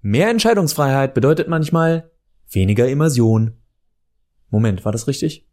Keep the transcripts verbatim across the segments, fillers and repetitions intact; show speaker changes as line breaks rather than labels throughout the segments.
Mehr Entscheidungsfreiheit bedeutet manchmal weniger Immersion. Moment, war das richtig?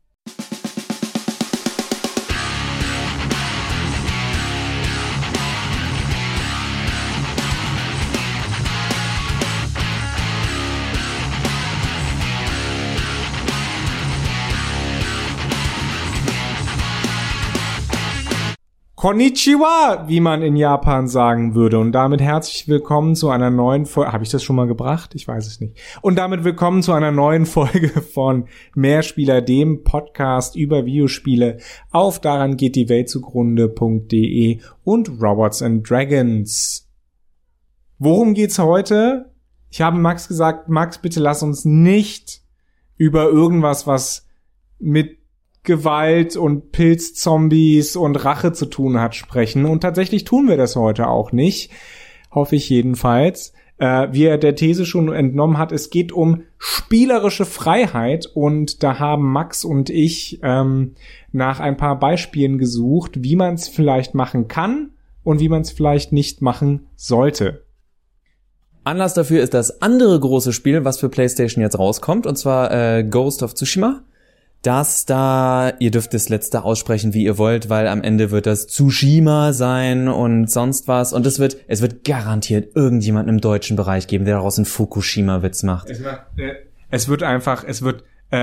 Konnichiwa, wie man in Japan sagen würde. Und damit herzlich willkommen zu einer neuen Folge. Habe ich das schon mal gebracht? Ich weiß es nicht. Und damit willkommen zu einer neuen Folge von Mehrspieler, dem Podcast über Videospiele auf daran geht die Welt zugrunde punkt de und Robots and Dragons. Worum geht's heute? Ich habe Max gesagt, Max, bitte lass uns nicht über irgendwas, was mit Gewalt und Pilzzombies und Rache zu tun hat, sprechen. Und tatsächlich tun wir das heute auch nicht. Hoffe ich jedenfalls. Äh, wie er der These schon entnommen hat, es geht um spielerische Freiheit. Und da haben Max und ich ähm, nach ein paar Beispielen gesucht, wie man es vielleicht machen kann und wie man es vielleicht nicht machen sollte.
Anlass dafür ist das andere große Spiel, was für PlayStation jetzt rauskommt. Und zwar äh, Ghost of Tsushima. Das da, ihr dürft das letzte aussprechen, wie ihr wollt, weil am Ende wird das Tsushima sein und sonst was. Und es wird, es wird garantiert irgendjemanden im deutschen Bereich geben, der daraus einen Fukushima-Witz macht.
Es wird, äh, es wird einfach, es wird,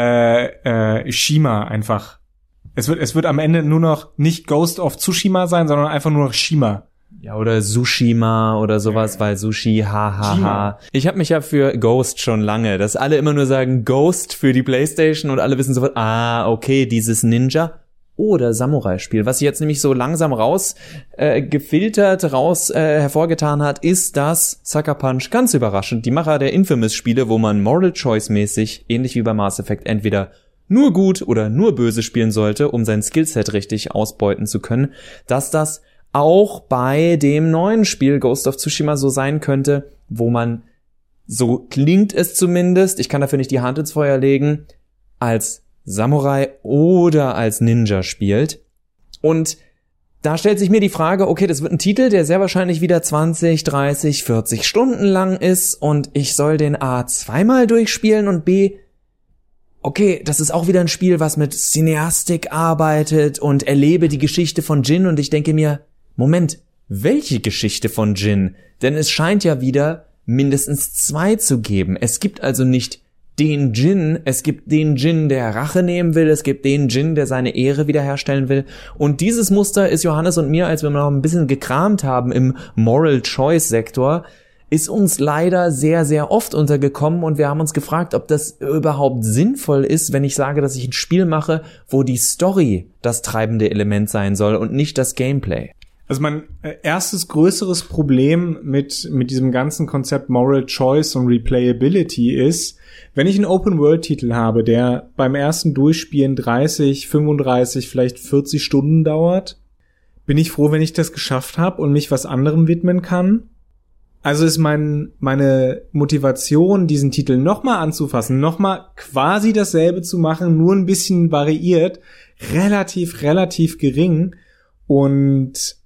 äh, äh, Shima einfach. Es wird, es wird am Ende nur noch nicht Ghost of Tsushima sein, sondern einfach nur noch Shima.
Ja, oder Sushima oder sowas, weil Sushi, ha, ha, ha. Ich habe mich ja für Ghost schon lange, dass alle immer nur sagen Ghost für die PlayStation und alle wissen sofort, ah, okay, dieses Ninja oder Samurai-Spiel. Was sich jetzt nämlich so langsam raus äh, gefiltert, raus äh, hervorgetan hat, ist das Sucker Punch, ganz überraschend, die Macher der Infamous-Spiele, wo man Moral Choice-mäßig, ähnlich wie bei Mass Effect, entweder nur gut oder nur böse spielen sollte, um sein Skillset richtig ausbeuten zu können, dass das auch bei dem neuen Spiel Ghost of Tsushima so sein könnte, wo man, so klingt es zumindest, ich kann dafür nicht die Hand ins Feuer legen, als Samurai oder als Ninja spielt. Und da stellt sich mir die Frage, okay, das wird ein Titel, der sehr wahrscheinlich wieder zwanzig, dreißig, vierzig Stunden lang ist und ich soll den A zweimal durchspielen und B, okay, das ist auch wieder ein Spiel, was mit Cineastik arbeitet und erlebe die Geschichte von Jin und ich denke mir, Moment, welche Geschichte von Jin? Denn es scheint ja wieder mindestens zwei zu geben. Es gibt also nicht den Jin, es gibt den Jin, der Rache nehmen will, es gibt den Jin, der seine Ehre wiederherstellen will. Und dieses Muster ist Johannes und mir, als wir noch ein bisschen gekramt haben im Moral-Choice-Sektor, ist uns leider sehr, sehr oft untergekommen und wir haben uns gefragt, ob das überhaupt sinnvoll ist, wenn ich sage, dass ich ein Spiel mache, wo die Story das treibende Element sein soll und nicht das Gameplay.
Also mein erstes größeres Problem mit mit diesem ganzen Konzept Moral Choice und Replayability ist, wenn ich einen Open-World-Titel habe, der beim ersten Durchspielen dreißig, fünfunddreißig, vielleicht vierzig Stunden dauert, bin ich froh, wenn ich das geschafft habe und mich was anderem widmen kann. Also ist mein meine Motivation, diesen Titel nochmal anzufassen, nochmal quasi dasselbe zu machen, nur ein bisschen variiert, relativ, relativ gering. Und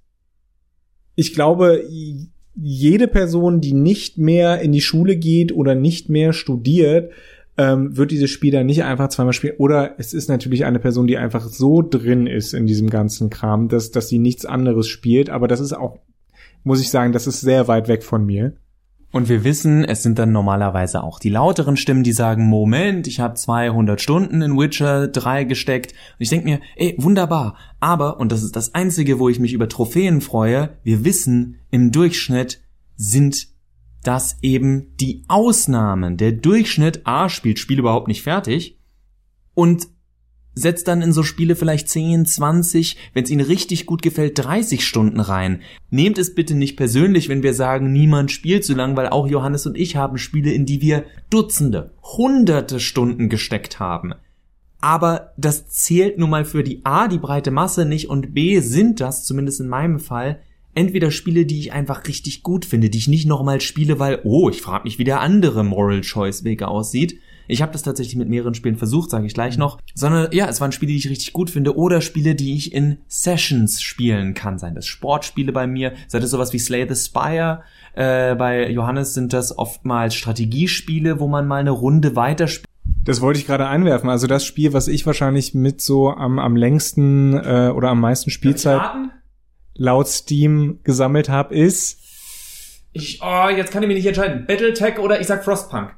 ich glaube, jede Person, die nicht mehr in die Schule geht oder nicht mehr studiert, ähm, wird dieses Spiel dann nicht einfach zweimal spielen. Oder es ist natürlich eine Person, die einfach so drin ist in diesem ganzen Kram, dass, dass sie nichts anderes spielt. Aber das ist auch, muss ich sagen, das ist sehr weit weg von mir.
Und wir wissen, es sind dann normalerweise auch die lauteren Stimmen, die sagen, Moment, ich habe zweihundert Stunden in Witcher drei gesteckt. Und ich denke mir, ey, wunderbar. Aber, und das ist das Einzige, wo ich mich über Trophäen freue, wir wissen, im Durchschnitt sind das eben die Ausnahmen. Der Durchschnitt, A, spielt Spiel überhaupt nicht fertig und setzt dann in so Spiele vielleicht zehn, zwanzig, wenn es Ihnen richtig gut gefällt, dreißig Stunden rein. Nehmt es bitte nicht persönlich, wenn wir sagen, niemand spielt so lang, weil auch Johannes und ich haben Spiele, in die wir Dutzende, Hunderte Stunden gesteckt haben. Aber das zählt nun mal für die A, die breite Masse nicht und B, sind das, zumindest in meinem Fall, entweder Spiele, die ich einfach richtig gut finde, die ich nicht nochmal spiele, weil, oh, ich frage mich, wie der andere Moral Choice Weg aussieht. Ich habe das tatsächlich mit mehreren Spielen versucht, sage ich gleich noch. Sondern ja, es waren Spiele, die ich richtig gut finde oder Spiele, die ich in Sessions spielen kann. Seien das Sportspiele bei mir, sei das sowas wie Slay the Spire. Äh, bei Johannes sind das oftmals Strategiespiele, wo man mal eine Runde weiterspielt.
Das wollte ich gerade einwerfen. Also das Spiel, was ich wahrscheinlich mit so am, am längsten äh, oder am meisten Spielzeit laut Steam gesammelt habe, ist...
Ich, oh, jetzt kann ich mich nicht entscheiden. Battletech oder ich sag Frostpunk.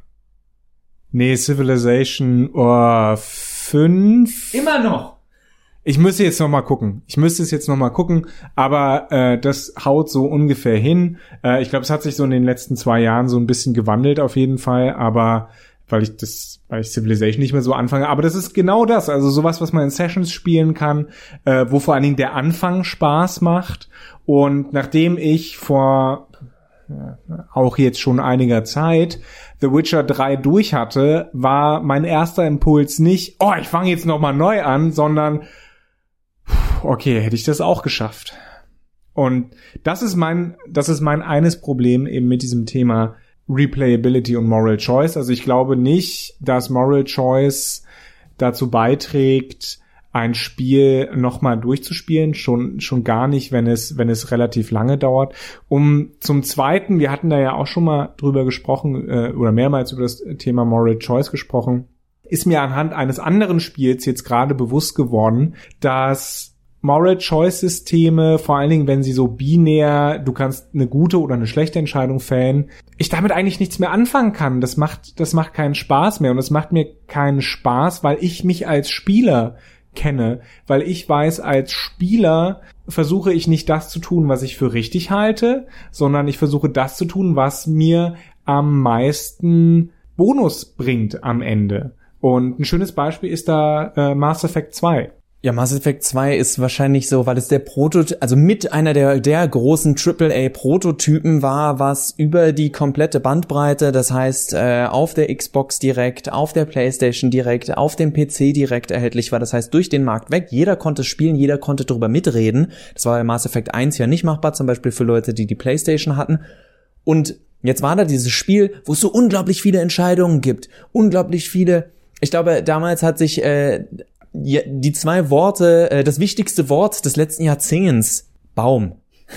Nee, Civilization oh, fünf.
Immer noch.
Ich müsste jetzt noch mal gucken. Ich müsste es jetzt noch mal gucken, aber äh, das haut so ungefähr hin. Äh, ich glaube, es hat sich so in den letzten zwei Jahren so ein bisschen gewandelt auf jeden Fall, aber weil ich das, weil ich Civilization nicht mehr so anfange. Aber das ist genau das, also sowas, was man in Sessions spielen kann, äh, wo vor allen Dingen der Anfang Spaß macht. Und nachdem ich vor auch jetzt schon einiger Zeit The Witcher drei durch hatte, war mein erster Impuls nicht, oh, ich fange jetzt nochmal neu an, sondern okay, hätte ich das auch geschafft. Und das ist mein, das ist mein eines Problem eben mit diesem Thema Replayability und Moral Choice. Also ich glaube nicht, dass Moral Choice dazu beiträgt, ein Spiel nochmal durchzuspielen, schon schon gar nicht, wenn es wenn es relativ lange dauert. Um zum Zweiten, wir hatten da ja auch schon mal drüber gesprochen äh, oder mehrmals über das Thema Moral Choice gesprochen, ist mir anhand eines anderen Spiels jetzt gerade bewusst geworden, dass Moral Choice Systeme, vor allen Dingen, wenn sie so binär, du kannst eine gute oder eine schlechte Entscheidung fällen, ich damit eigentlich nichts mehr anfangen kann. Das macht das macht keinen Spaß mehr und es macht mir keinen Spaß, weil ich mich als Spieler kenne, weil ich weiß, als Spieler versuche ich nicht das zu tun, was ich für richtig halte, sondern ich versuche das zu tun, was mir am meisten Bonus bringt am Ende. Und ein schönes Beispiel ist da äh, Mass Effect zwei.
Ja, Mass Effect zwei ist wahrscheinlich so, weil es der Prototyp, also mit einer der der großen Triple A Prototypen war, was über die komplette Bandbreite, das heißt äh, auf der Xbox direkt, auf der PlayStation direkt, auf dem P C direkt erhältlich war, das heißt durch den Markt weg, jeder konnte spielen, jeder konnte drüber mitreden. Das war bei Mass Effect eins ja nicht machbar, zum Beispiel für Leute, die die PlayStation hatten. Und jetzt war da dieses Spiel, wo es so unglaublich viele Entscheidungen gibt, unglaublich viele, ich glaube, damals hat sich äh, Ja, die zwei Worte, äh, das wichtigste Wort des letzten Jahrzehnts, Baum.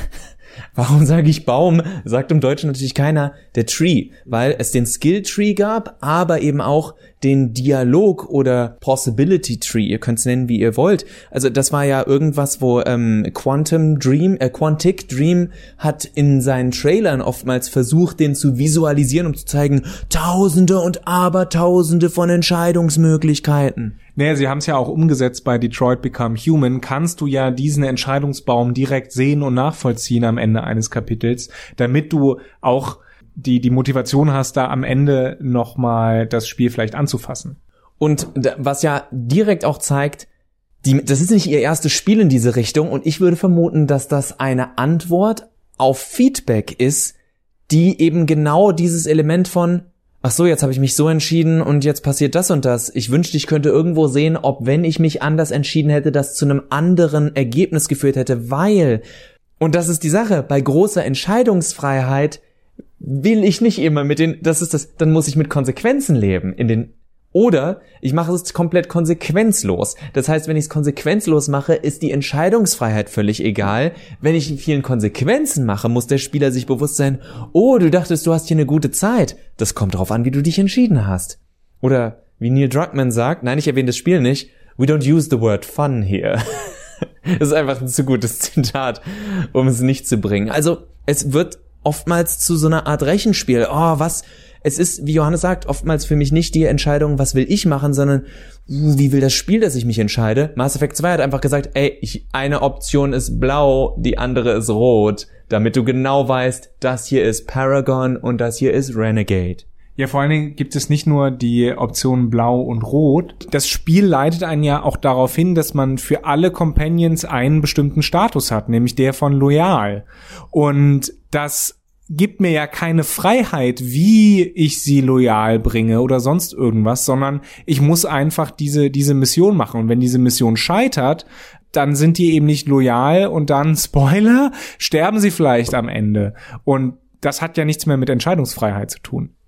Warum sage ich Baum? Sagt im Deutschen natürlich keiner, der Tree, weil es den Skill Tree gab, aber eben auch den Dialog oder Possibility Tree, ihr könnt es nennen, wie ihr wollt. Also das war ja irgendwas, wo ähm, Quantum Dream, äh, Quantic Dream hat in seinen Trailern oftmals versucht, den zu visualisieren, um zu zeigen, Tausende und Abertausende von Entscheidungsmöglichkeiten.
Naja, sie haben es ja auch umgesetzt bei Detroit Become Human. Kannst du ja diesen Entscheidungsbaum direkt sehen und nachvollziehen am Ende eines Kapitels, damit du auch die die Motivation hast, da am Ende nochmal das Spiel vielleicht anzufassen.
Und was ja direkt auch zeigt, die, das ist nicht ihr erstes Spiel in diese Richtung und ich würde vermuten, dass das eine Antwort auf Feedback ist, die eben genau dieses Element von ach so, jetzt habe ich mich so entschieden und jetzt passiert das und das. Ich wünschte, ich könnte irgendwo sehen, ob, wenn ich mich anders entschieden hätte, das zu einem anderen Ergebnis geführt hätte, weil, und das ist die Sache, bei großer Entscheidungsfreiheit will ich nicht immer mit den, das ist das, dann muss ich mit Konsequenzen leben in den, oder ich mache es komplett konsequenzlos. Das heißt, wenn ich es konsequenzlos mache, ist die Entscheidungsfreiheit völlig egal. Wenn ich in vielen Konsequenzen mache, muss der Spieler sich bewusst sein, oh, du dachtest, du hast hier eine gute Zeit. Das kommt drauf an, wie du dich entschieden hast. Oder wie Neil Druckmann sagt, nein, ich erwähne das Spiel nicht, we don't use the word fun here. Das ist einfach ein zu gutes Zitat, um es nicht zu bringen. Also, es wird oftmals zu so einer Art Rechenspiel. Oh, was... Es ist, wie Johannes sagt, oftmals für mich nicht die Entscheidung, was will ich machen, sondern wie will das Spiel, dass ich mich entscheide. Mass Effect zwei hat einfach gesagt, ey, ich, eine Option ist blau, die andere ist rot, damit du genau weißt, das hier ist Paragon und das hier ist Renegade.
Ja, vor allen Dingen gibt es nicht nur die Optionen blau und rot. Das Spiel leitet einen ja auch darauf hin, dass man für alle Companions einen bestimmten Status hat, nämlich der von loyal. Und das gibt mir ja keine Freiheit, wie ich sie loyal bringe oder sonst irgendwas, sondern ich muss einfach diese diese Mission machen. Und wenn diese Mission scheitert, dann sind die eben nicht loyal und dann, Spoiler, sterben sie vielleicht am Ende. Und das hat ja nichts mehr mit Entscheidungsfreiheit zu tun.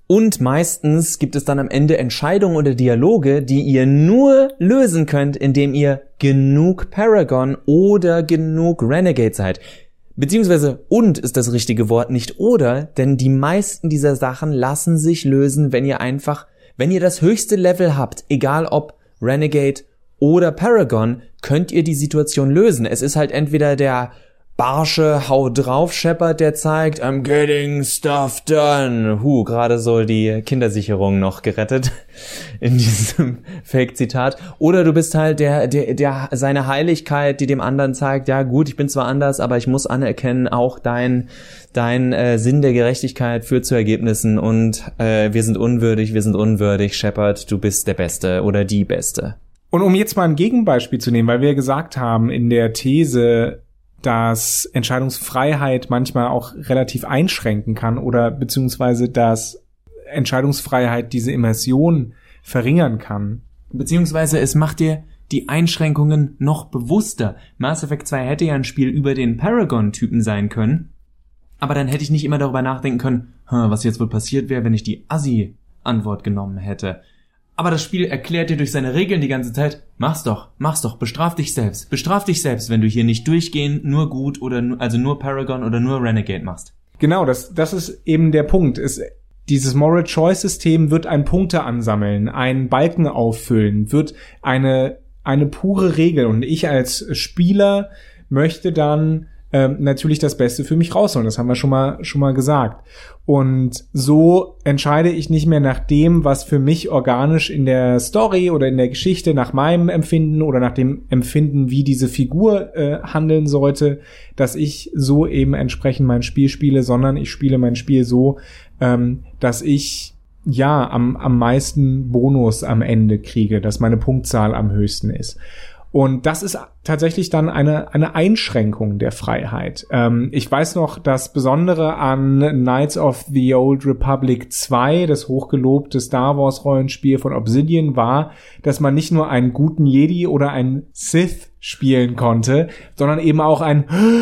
Und meistens gibt es dann am Ende Entscheidungen oder Dialoge, die ihr nur lösen könnt, indem ihr genug Paragon oder genug Renegade seid. Beziehungsweise und ist das richtige Wort, nicht oder, denn die meisten dieser Sachen lassen sich lösen, wenn ihr einfach, wenn ihr das höchste Level habt, egal ob Renegade oder Paragon, könnt ihr die Situation lösen. Es ist halt entweder der barsche Hau drauf Shepard, der zeigt, I'm getting stuff done. Huh, gerade so die Kindersicherung noch gerettet in diesem Fake-Zitat. Oder du bist halt der, der, der, seine Heiligkeit, die dem anderen zeigt, ja gut, ich bin zwar anders, aber ich muss anerkennen, auch dein, dein äh, Sinn der Gerechtigkeit führt zu Ergebnissen und äh, wir sind unwürdig, wir sind unwürdig, Shepard, du bist der Beste oder die Beste.
Und um jetzt mal ein Gegenbeispiel zu nehmen, weil wir gesagt haben in der These, dass Entscheidungsfreiheit manchmal auch relativ einschränken kann oder beziehungsweise dass Entscheidungsfreiheit diese Immersion verringern kann.
Beziehungsweise es macht dir die Einschränkungen noch bewusster. Mass Effect zwei hätte ja ein Spiel über den Paragon-Typen sein können, aber dann hätte ich nicht immer darüber nachdenken können, was jetzt wohl passiert wäre, wenn ich die Assi-Antwort genommen hätte. Aber das Spiel erklärt dir durch seine Regeln die ganze Zeit, mach's doch, mach's doch, bestraf dich selbst. Bestraf dich selbst, wenn du hier nicht durchgehend nur gut oder nur, also nur Paragon oder nur Renegade machst.
Genau, das, das ist eben der Punkt. Es, dieses Moral Choice System wird ein Punkte ansammeln, einen Balken auffüllen, wird eine, eine pure Regel. Und ich als Spieler möchte dann ähm, natürlich das Beste für mich rausholen. Das haben wir schon mal, schon mal gesagt. Und so entscheide ich nicht mehr nach dem, was für mich organisch in der Story oder in der Geschichte nach meinem Empfinden oder nach dem Empfinden, wie diese Figur äh, handeln sollte, dass ich so eben entsprechend mein Spiel spiele, sondern ich spiele mein Spiel so, ähm, dass ich ja am, am meisten Bonus am Ende kriege, dass meine Punktzahl am höchsten ist. Und das ist tatsächlich dann eine eine Einschränkung der Freiheit. Ähm, ich weiß noch, das Besondere an Knights of the Old Republic zwei, das hochgelobte Star Wars Rollenspiel von Obsidian, war, dass man nicht nur einen guten Jedi oder einen Sith spielen konnte, sondern eben auch einen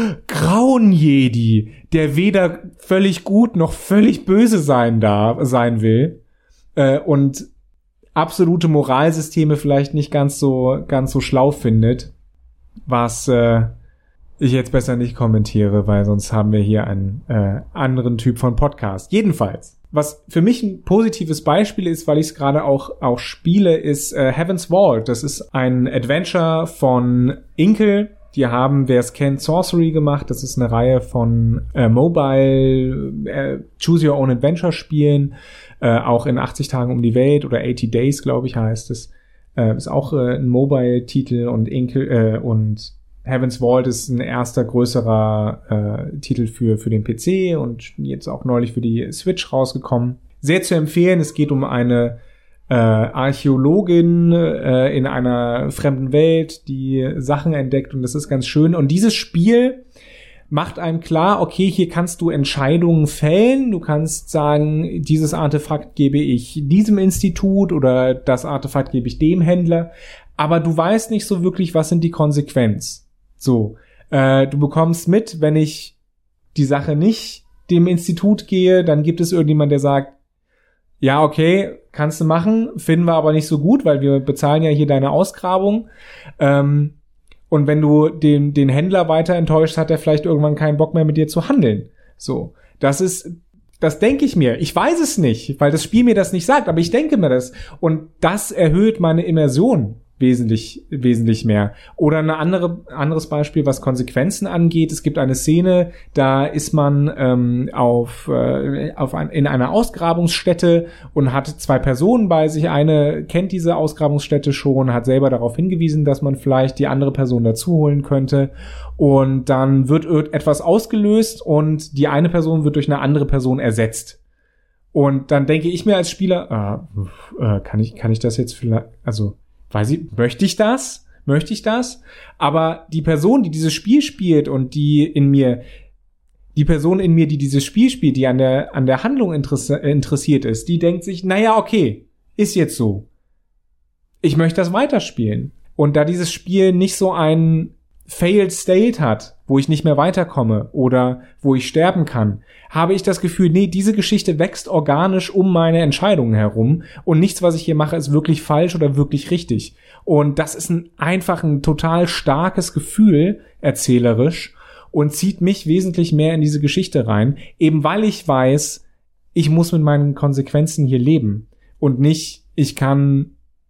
grauen Jedi, der weder völlig gut noch völlig böse sein darf, sein will. Äh, und absolute Moralsysteme vielleicht nicht ganz so ganz so schlau findet, was äh, ich jetzt besser nicht kommentiere, weil sonst haben wir hier einen äh, anderen Typ von Podcast. Jedenfalls, was für mich ein positives Beispiel ist, weil ich es gerade auch auch spiele, ist äh, Heaven's Vault. Das ist ein Adventure von Inkel. Die haben, wer es kennt, Sorcery gemacht. Das ist eine Reihe von äh, Mobile äh, Choose Your Own Adventure Spielen. Äh, auch in achtzig Tagen um die Welt oder achtzig Days, glaube ich, heißt es. Äh, ist auch äh, ein Mobile-Titel und Inkel, äh, und Heaven's Vault ist ein erster größerer äh, Titel für für den P C und jetzt auch neulich für die Switch rausgekommen. Sehr zu empfehlen. Es geht um eine äh, Archäologin äh, in einer fremden Welt, die Sachen entdeckt, und das ist ganz schön. Und dieses Spiel macht einem klar, okay, hier kannst du Entscheidungen fällen. Du kannst sagen, dieses Artefakt gebe ich diesem Institut oder das Artefakt gebe ich dem Händler. Aber du weißt nicht so wirklich, was sind die Konsequenzen. So, äh, du bekommst mit, wenn ich die Sache nicht dem Institut gehe, dann gibt es irgendjemand, der sagt, ja, okay, kannst du machen, finden wir aber nicht so gut, weil wir bezahlen ja hier deine Ausgrabung. Ähm, Und wenn du den, den Händler weiter enttäuscht, hat er vielleicht irgendwann keinen Bock mehr mit dir zu handeln. So. Das ist, das denke ich mir. Ich weiß es nicht, weil das Spiel mir das nicht sagt, aber ich denke mir das. Und das erhöht meine Immersion wesentlich, wesentlich mehr. Oder eine andere, anderes Beispiel, was Konsequenzen angeht. Es gibt eine Szene, da ist man ähm, auf, äh, auf ein, in einer Ausgrabungsstätte und hat zwei Personen bei sich. Eine kennt diese Ausgrabungsstätte schon, hat selber darauf hingewiesen, dass man vielleicht die andere Person dazu holen könnte. Und dann wird etwas ausgelöst und die eine Person wird durch eine andere Person ersetzt. Und dann denke ich mir als Spieler, äh, äh, kann ich, kann ich das jetzt vielleicht, also weiß ich, möchte ich das? Möchte ich das? Aber die Person, die dieses Spiel spielt und die in mir, die Person in mir, die dieses Spiel spielt, die an der, an der Handlung interess- interessiert ist, die denkt sich, naja, okay, ist jetzt so. Ich möchte das weiterspielen. Und da dieses Spiel nicht so ein Failed State hat, wo ich nicht mehr weiterkomme oder wo ich sterben kann, habe ich das Gefühl, nee, diese Geschichte wächst organisch um meine Entscheidungen herum und nichts, was ich hier mache, ist wirklich falsch oder wirklich richtig. Und das ist ein, einfach ein total starkes Gefühl, erzählerisch, und zieht mich wesentlich mehr in diese Geschichte rein, eben weil ich weiß, ich muss mit meinen Konsequenzen hier leben und nicht, ich kann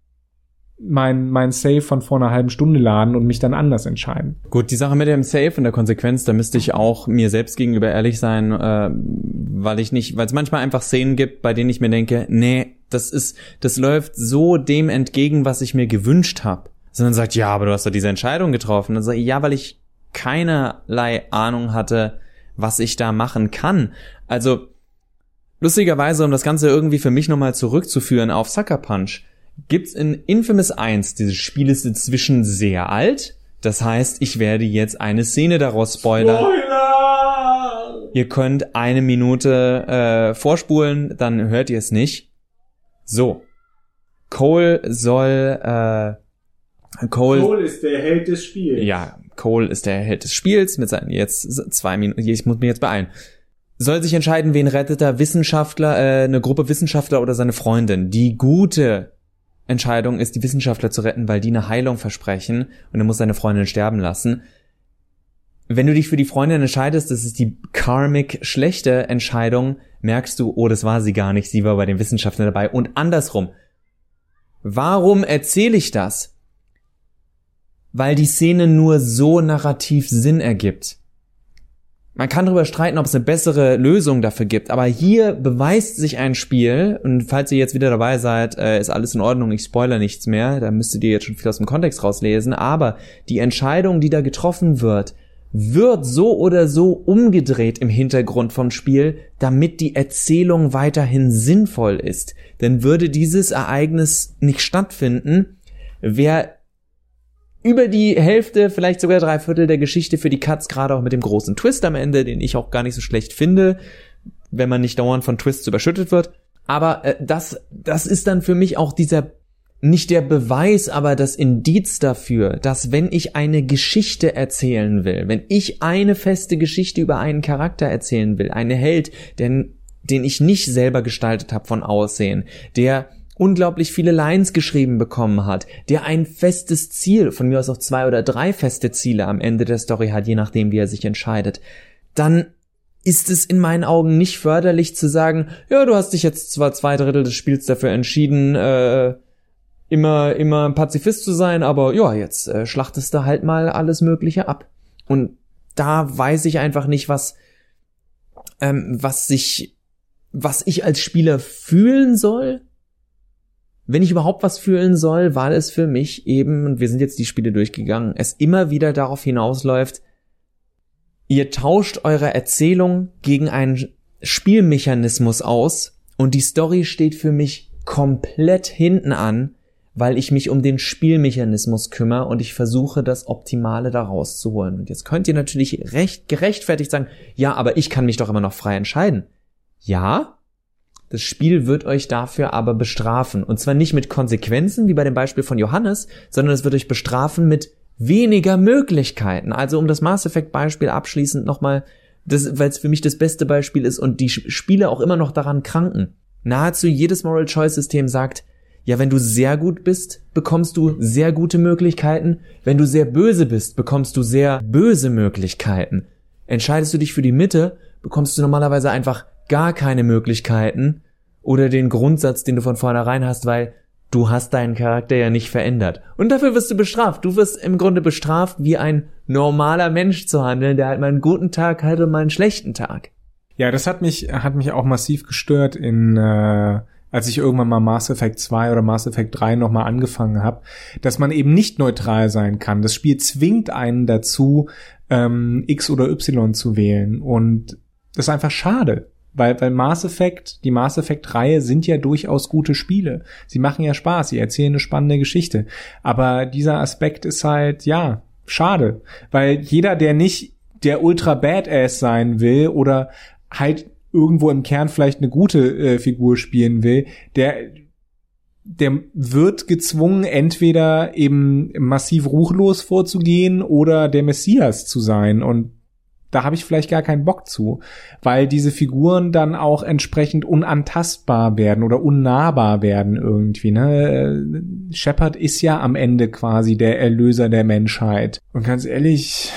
mein mein Save von vor einer halben Stunde laden und mich dann anders entscheiden.
Gut, die Sache mit dem Save und der Konsequenz, da müsste ich auch mir selbst gegenüber ehrlich sein, äh, weil ich nicht, weil es manchmal einfach Szenen gibt, bei denen ich mir denke, nee, das ist, das läuft so dem entgegen, was ich mir gewünscht habe. Sondern sagt, ja, aber du hast doch diese Entscheidung getroffen. Dann sage ich, ja, weil ich keinerlei Ahnung hatte, was ich da machen kann. Also lustigerweise, um das Ganze irgendwie für mich nochmal zurückzuführen auf Sucker Punch, gibt's in Infamous eins, dieses Spiel ist inzwischen sehr alt. Das heißt, ich werde jetzt eine Szene daraus spoilern. Spoiler! Ihr könnt eine Minute äh, vorspulen, dann hört ihr es nicht. So. Cole soll äh, Cole,
Cole ist der Held des Spiels.
Ja, Cole ist der Held des Spiels mit seinen jetzt zwei Minuten. Ich muss mich jetzt beeilen. Soll sich entscheiden, wen rettet er, Wissenschaftler, äh, eine Gruppe Wissenschaftler oder seine Freundin. Die gute Entscheidung ist, die Wissenschaftler zu retten, weil die eine Heilung versprechen und er muss seine Freundin sterben lassen. Wenn du dich für die Freundin entscheidest, das ist die karmic schlechte Entscheidung, merkst du, oh, das war sie gar nicht, sie war bei den Wissenschaftlern dabei und andersrum. Warum erzähle ich das? Weil die Szene nur so narrativ Sinn ergibt. Man kann darüber streiten, ob es eine bessere Lösung dafür gibt, aber hier beweist sich ein Spiel, und falls ihr jetzt wieder dabei seid, äh, ist alles in Ordnung, ich spoilere nichts mehr, da müsstet ihr jetzt schon viel aus dem Kontext rauslesen, aber die Entscheidung, die da getroffen wird, wird so oder so umgedreht im Hintergrund vom Spiel, damit die Erzählung weiterhin sinnvoll ist. Denn würde dieses Ereignis nicht stattfinden, wäre über die Hälfte, vielleicht sogar drei Viertel der Geschichte für die Cuts, gerade auch mit dem großen Twist am Ende, den ich auch gar nicht so schlecht finde, wenn man nicht dauernd von Twists überschüttet wird. Aber äh, das, das ist dann für mich auch dieser, nicht der Beweis, aber das Indiz dafür, dass wenn ich eine Geschichte erzählen will, wenn ich eine feste Geschichte über einen Charakter erzählen will, einen Held, den, den ich nicht selber gestaltet habe von Aussehen, der unglaublich viele Lines geschrieben bekommen hat, der ein festes Ziel, von mir aus auch zwei oder drei feste Ziele am Ende der Story hat, je nachdem, wie er sich entscheidet, dann ist es in meinen Augen nicht förderlich zu sagen, ja, du hast dich jetzt zwar zwei Drittel des Spiels dafür entschieden, äh, immer immer Pazifist zu sein, aber ja, jetzt äh, schlachtest du halt mal alles Mögliche ab. Und da weiß ich einfach nicht, was ähm, was sich, was ich als Spieler fühlen soll. Wenn ich überhaupt was fühlen soll, weil es für mich eben, und wir sind jetzt die Spiele durchgegangen, es immer wieder darauf hinausläuft, ihr tauscht eure Erzählung gegen einen Spielmechanismus aus und die Story steht für mich komplett hinten an, weil ich mich um den Spielmechanismus kümmere und ich versuche, das Optimale da rauszuholen. Und jetzt könnt ihr natürlich recht gerechtfertigt sagen, ja, aber ich kann mich doch immer noch frei entscheiden. Ja, das Spiel wird euch dafür aber bestrafen. Und zwar nicht mit Konsequenzen, wie bei dem Beispiel von Johannes, sondern es wird euch bestrafen mit weniger Möglichkeiten. Also um das Mass Effect Beispiel abschließend nochmal, weil es für mich das beste Beispiel ist und die Spiele auch immer noch daran kranken. Nahezu jedes Moral Choice System sagt, ja, wenn du sehr gut bist, bekommst du sehr gute Möglichkeiten. Wenn du sehr böse bist, bekommst du sehr böse Möglichkeiten. Entscheidest du dich für die Mitte, bekommst du normalerweise einfach gar keine Möglichkeiten oder den Grundsatz, den du von vornherein hast, weil du hast deinen Charakter ja nicht verändert. Und dafür wirst du bestraft. Du wirst im Grunde bestraft, wie ein normaler Mensch zu handeln, der halt mal einen guten Tag hat und mal einen schlechten Tag.
Ja, das hat mich hat mich auch massiv gestört, in äh, als ich irgendwann mal Mass Effect zwei oder Mass Effect drei nochmal angefangen habe, dass man eben nicht neutral sein kann. Das Spiel zwingt einen dazu, ähm, X oder Y zu wählen. Und das ist einfach schade. Weil, weil Mass Effect, die Mass Effect-Reihe sind ja durchaus gute Spiele. Sie machen ja Spaß, sie erzählen eine spannende Geschichte. Aber dieser Aspekt ist halt, ja, schade. Weil jeder, der nicht der Ultra-Badass sein will oder halt irgendwo im Kern vielleicht eine gute äh, Figur spielen will, der der wird gezwungen, entweder eben massiv ruchlos vorzugehen oder der Messias zu sein. Und da habe ich vielleicht gar keinen Bock zu, weil diese Figuren dann auch entsprechend unantastbar werden oder unnahbar werden irgendwie. Ne? Shepard ist ja am Ende quasi der Erlöser der Menschheit. Und ganz ehrlich,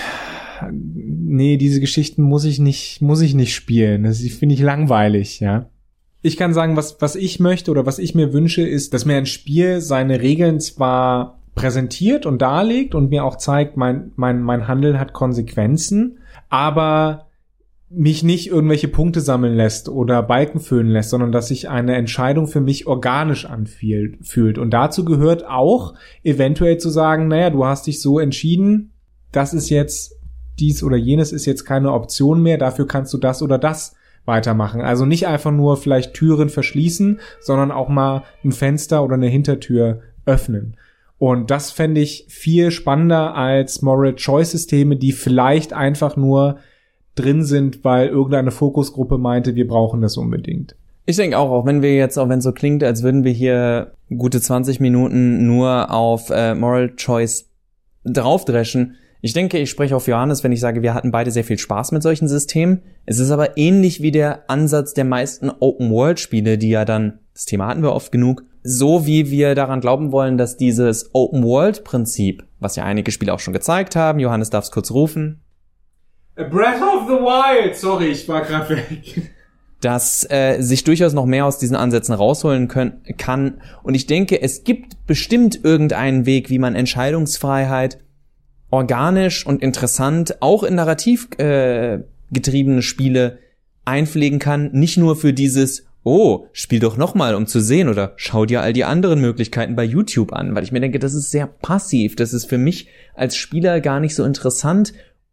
nee, diese Geschichten muss ich nicht, muss ich nicht spielen. Das finde ich langweilig, ja. Ich kann sagen, was, was ich möchte oder was ich mir wünsche, ist, dass mir ein Spiel seine Regeln zwar präsentiert und darlegt und mir auch zeigt, mein, mein, mein Handeln hat Konsequenzen, aber mich nicht irgendwelche Punkte sammeln lässt oder Balken füllen lässt, sondern dass sich eine Entscheidung für mich organisch anfühlt. Und dazu gehört auch eventuell zu sagen, naja, du hast dich so entschieden, das ist jetzt, dies oder jenes ist jetzt keine Option mehr, dafür kannst du das oder das weitermachen. Also nicht einfach nur vielleicht Türen verschließen, sondern auch mal ein Fenster oder eine Hintertür öffnen. Und das fände ich viel spannender als Moral-Choice-Systeme, die vielleicht einfach nur drin sind, weil irgendeine Fokusgruppe meinte, wir brauchen das unbedingt.
Ich denke auch, auch wenn wir jetzt, auch wenn es so klingt, als würden wir hier gute zwanzig Minuten nur auf äh, Moral-Choice draufdreschen. Ich denke, ich spreche auf Johannes, wenn ich sage, wir hatten beide sehr viel Spaß mit solchen Systemen. Es ist aber ähnlich wie der Ansatz der meisten Open-World-Spiele, die ja dann, das Thema hatten wir oft genug, so wie wir daran glauben wollen, dass dieses Open-World-Prinzip, was ja einige Spiele auch schon gezeigt haben, Johannes darf es kurz rufen.
A Breath of the Wild, sorry, ich war gerade weg.
Dass äh, sich durchaus noch mehr aus diesen Ansätzen rausholen können, kann. Und ich denke, es gibt bestimmt irgendeinen Weg, wie man Entscheidungsfreiheit organisch und interessant auch in narrativ äh, getriebene Spiele einpflegen kann. Nicht nur für dieses oh, spiel doch nochmal, um zu sehen, oder schau dir all die anderen Möglichkeiten bei YouTube an, weil ich mir denke, das ist sehr passiv, das ist für mich als Spieler gar nicht so interessant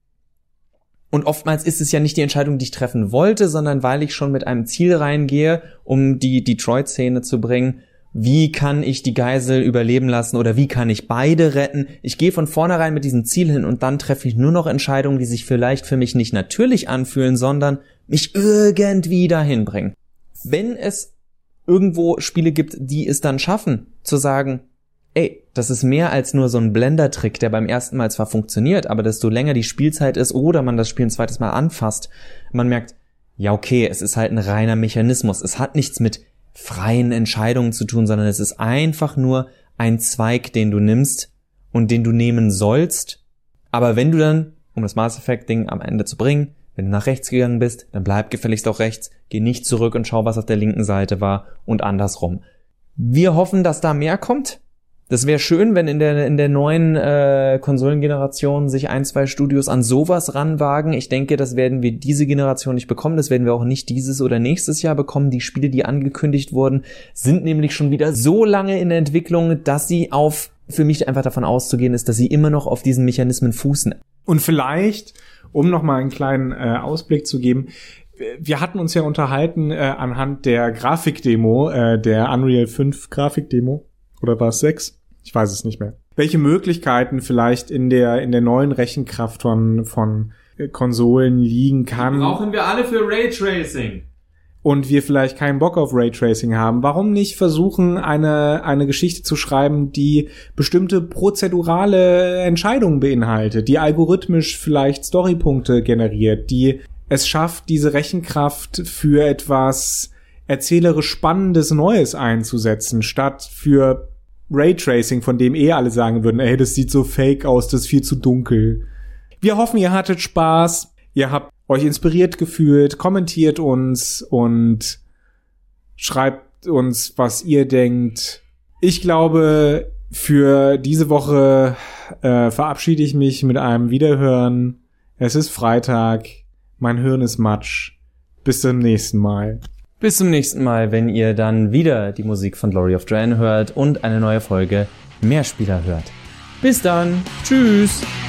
und oftmals ist es ja nicht die Entscheidung, die ich treffen wollte, sondern weil ich schon mit einem Ziel reingehe, um die Detroit-Szene zu bringen, wie kann ich die Geisel überleben lassen oder wie kann ich beide retten? Ich gehe von vornherein mit diesem Ziel hin und dann treffe ich nur noch Entscheidungen, die sich vielleicht für mich nicht natürlich anfühlen, sondern mich irgendwie dahin bringen. Wenn es irgendwo Spiele gibt, die es dann schaffen, zu sagen, ey, das ist mehr als nur so ein Blender-Trick, der beim ersten Mal zwar funktioniert, aber desto länger die Spielzeit ist oder man das Spiel ein zweites Mal anfasst, man merkt, ja okay, es ist halt ein reiner Mechanismus, es hat nichts mit freien Entscheidungen zu tun, sondern es ist einfach nur ein Zweig, den du nimmst und den du nehmen sollst, aber wenn du dann, um das Mass Effect-Ding am Ende zu bringen, wenn du nach rechts gegangen bist, dann bleib gefälligst auch rechts, geh nicht zurück und schau, was auf der linken Seite war und andersrum. Wir hoffen, dass da mehr kommt. Das wäre schön, wenn in der in der neuen äh, Konsolengeneration sich ein, zwei Studios an sowas ranwagen. Ich denke, das werden wir diese Generation nicht bekommen. Das werden wir auch nicht dieses oder nächstes Jahr bekommen. Die Spiele, die angekündigt wurden, sind nämlich schon wieder so lange in der Entwicklung, dass sie auf, für mich einfach davon auszugehen ist, dass sie immer noch auf diesen Mechanismen fußen.
Und vielleicht, um noch mal einen kleinen äh, Ausblick zu geben, wir hatten uns ja unterhalten äh, anhand der Grafikdemo, äh, der Unreal fünf Grafikdemo, oder war es sechs? Ich weiß es nicht mehr. Welche Möglichkeiten vielleicht in der in der neuen Rechenkraft von von äh, Konsolen liegen kann.
Die brauchen wir alle für Raytracing.
Und wir vielleicht keinen Bock auf Raytracing haben. Warum nicht versuchen, eine eine Geschichte zu schreiben, die bestimmte prozedurale Entscheidungen beinhaltet, die algorithmisch vielleicht Storypunkte generiert, die es schafft, diese Rechenkraft für etwas erzählerisch Spannendes Neues einzusetzen, statt für Raytracing, von dem eh alle sagen würden, ey, das sieht so fake aus, das ist viel zu dunkel. Wir hoffen, ihr hattet Spaß, ihr habt euch inspiriert gefühlt, kommentiert uns und schreibt uns, was ihr denkt. Ich glaube, für diese Woche äh, verabschiede ich mich mit einem Wiederhören. Es ist Freitag, mein Hirn ist Matsch. Bis zum nächsten Mal.
Bis zum nächsten Mal, wenn ihr dann wieder die Musik von Glory of Draenor hört und eine neue Folge Mehrspieler hört. Bis dann. Tschüss.